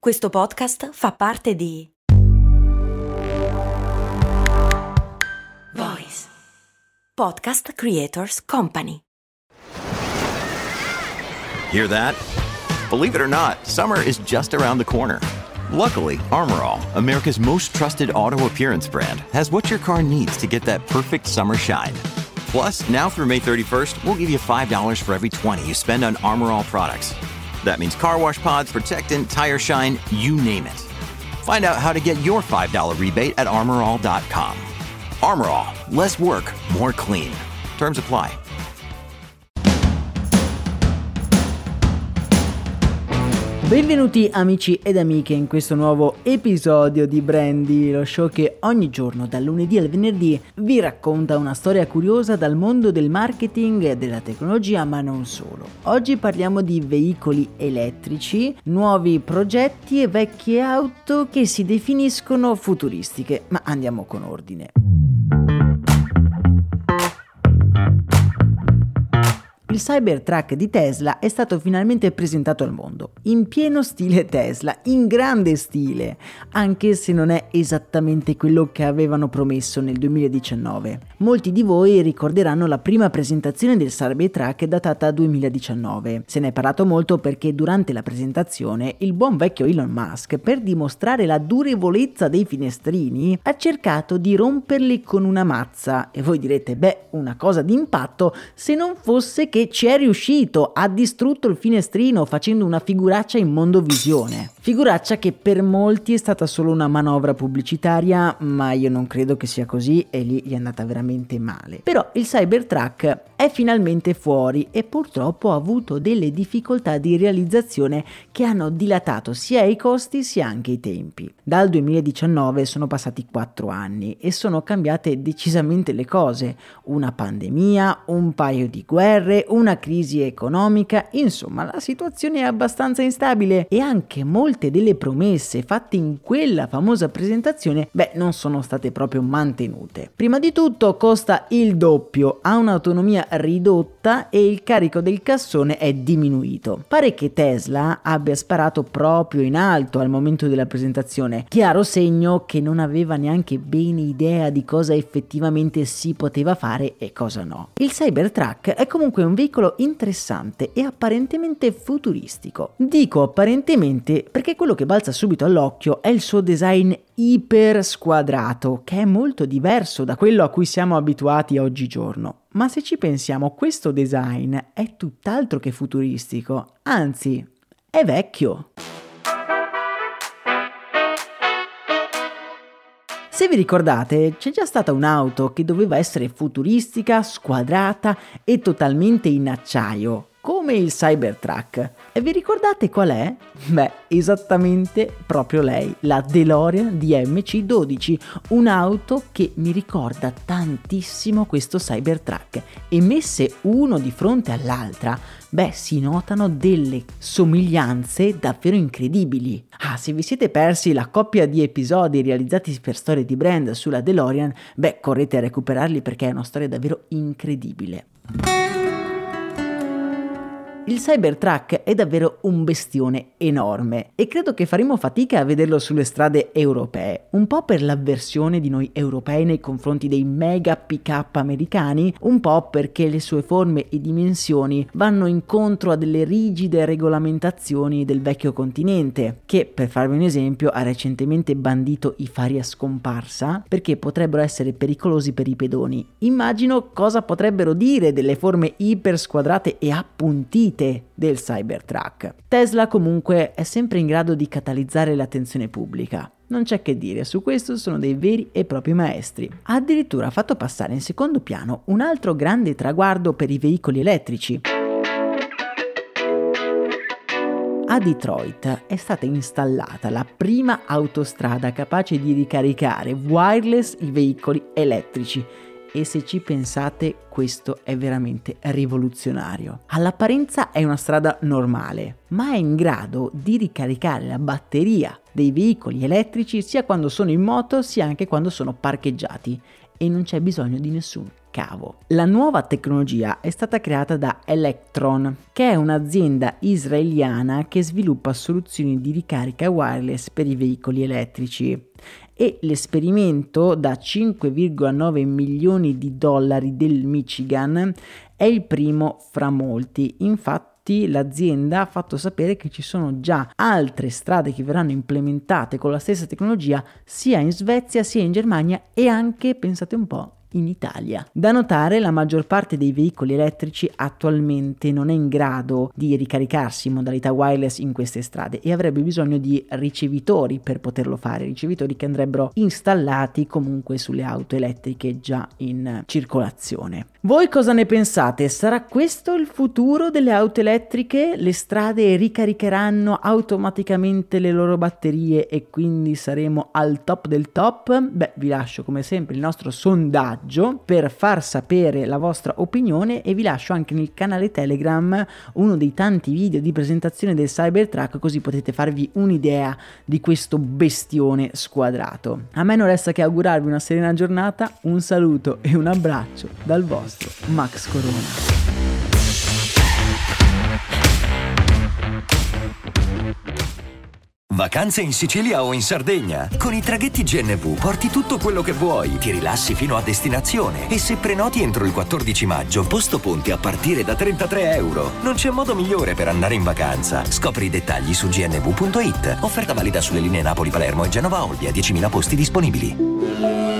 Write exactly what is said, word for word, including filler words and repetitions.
Questo podcast fa parte di Voice Podcast Creators Company. Hear that? Believe it or not, summer is just around the corner. Luckily, Armor All, America's most trusted auto appearance brand, has what your car needs to get that perfect summer shine. Plus, now through May thirty-first, we'll give you five dollars for every twenty you spend on Armor All products. That means car wash pods, protectant, tire shine, you name it. Find out how to get your five dollars rebate at armor all dot com. Armor All, less work, more clean. Terms apply. Benvenuti amici ed amiche in questo nuovo episodio di Brandy, lo show che ogni giorno dal lunedì al venerdì vi racconta una storia curiosa dal mondo del marketing e della tecnologia, ma non solo. Oggi parliamo di veicoli elettrici, nuovi progetti e vecchie auto che si definiscono futuristiche, ma andiamo con ordine. Il Cybertruck di Tesla è stato finalmente presentato al mondo, in pieno stile Tesla, in grande stile, anche se non è esattamente quello che avevano promesso nel duemiladiciannove. Molti di voi ricorderanno la prima presentazione del Cybertruck datata duemiladiciannove. Se ne è parlato molto perché durante la presentazione il buon vecchio Elon Musk, per dimostrare la durevolezza dei finestrini, ha cercato di romperli con una mazza. E voi direte, beh, una cosa d'impatto, se non fosse che ci è riuscito, ha distrutto il finestrino facendo una figuraccia in mondovisione. Figuraccia che per molti è stata solo una manovra pubblicitaria, ma io non credo che sia così e lì gli è andata veramente male. Però il Cybertruck è finalmente fuori e purtroppo ha avuto delle difficoltà di realizzazione che hanno dilatato sia i costi sia anche i tempi. Dal duemiladiciannove sono passati quattro anni e sono cambiate decisamente le cose. Una pandemia, un paio di guerre, una crisi economica, insomma la situazione è abbastanza instabile e anche molte delle promesse fatte in quella famosa presentazione, beh, non sono state proprio mantenute. Prima di tutto costa il doppio, ha un'autonomia ridotta e il carico del cassone è diminuito. Pare che Tesla abbia sparato proprio in alto al momento della presentazione, chiaro segno che non aveva neanche bene idea di cosa effettivamente si poteva fare e cosa no. Il Cybertruck è comunque un veicolo interessante e apparentemente futuristico. Dico apparentemente perché quello che balza subito all'occhio è il suo design iper squadrato, che è molto diverso da quello a cui siamo abituati oggigiorno. Ma se ci pensiamo, questo design è tutt'altro che futuristico, anzi, è vecchio. Se vi ricordate, c'è già stata un'auto che doveva essere futuristica, squadrata e totalmente in acciaio, come il Cybertruck. E vi ricordate qual è? Beh, esattamente proprio lei, la DeLorean D M C dodici, un'auto che mi ricorda tantissimo questo Cybertruck e messe uno di fronte all'altra, beh, si notano delle somiglianze davvero incredibili. Ah, se vi siete persi la coppia di episodi realizzati per storie di brand sulla DeLorean, beh, correte a recuperarli perché è una storia davvero incredibile. Il Cybertruck è davvero un bestione enorme e credo che faremo fatica a vederlo sulle strade europee, un po' per l'avversione di noi europei nei confronti dei mega pick-up americani, un po' perché le sue forme e dimensioni vanno incontro a delle rigide regolamentazioni del vecchio continente, che, per farvi un esempio, ha recentemente bandito i fari a scomparsa perché potrebbero essere pericolosi per i pedoni. Immagino cosa potrebbero dire delle forme iper squadrate e appuntite del Cybertruck. Tesla comunque è sempre in grado di catalizzare l'attenzione pubblica. Non c'è che dire, su questo sono dei veri e propri maestri. Ha addirittura fatto passare in secondo piano un altro grande traguardo per i veicoli elettrici. A Detroit è stata installata la prima autostrada capace di ricaricare wireless i veicoli elettrici. E se ci pensate, questo è veramente rivoluzionario. All'apparenza è una strada normale, ma è in grado di ricaricare la batteria dei veicoli elettrici sia quando sono in moto sia anche quando sono parcheggiati. e non c'è bisogno di nessun cavo. La nuova tecnologia è stata creata da Electron, che è un'azienda israeliana che sviluppa soluzioni di ricarica wireless per i veicoli elettrici. E l'esperimento da cinque virgola nove milioni di dollari del Michigan è il primo fra molti. Infatti l'azienda ha fatto sapere che ci sono già altre strade che verranno implementate con la stessa tecnologia sia in Svezia sia in Germania e anche, pensate un po', in Italia. Da notare, la maggior parte dei veicoli elettrici attualmente non è in grado di ricaricarsi in modalità wireless in queste strade e avrebbe bisogno di ricevitori per poterlo fare, ricevitori che andrebbero installati comunque sulle auto elettriche già in circolazione. Voi cosa ne pensate? Sarà questo il futuro delle auto elettriche? Le strade ricaricheranno automaticamente le loro batterie e quindi saremo al top del top? Beh, vi lascio come sempre il nostro sondaggio per far sapere la vostra opinione e vi lascio anche nel canale Telegram uno dei tanti video di presentazione del Cybertruck, così potete farvi un'idea di questo bestione squadrato. A me non resta che augurarvi una serena giornata, un saluto e un abbraccio dal vostro Max Corona. Vacanze in Sicilia o in Sardegna? Con i traghetti G N V porti tutto quello che vuoi, ti rilassi fino a destinazione e se prenoti entro il quattordici maggio, posto ponti a partire da trentatré euro. Non c'è modo migliore per andare in vacanza. Scopri i dettagli su g n v punto i t. Offerta valida sulle linee Napoli-Palermo e Genova-Olbia, diecimila posti disponibili.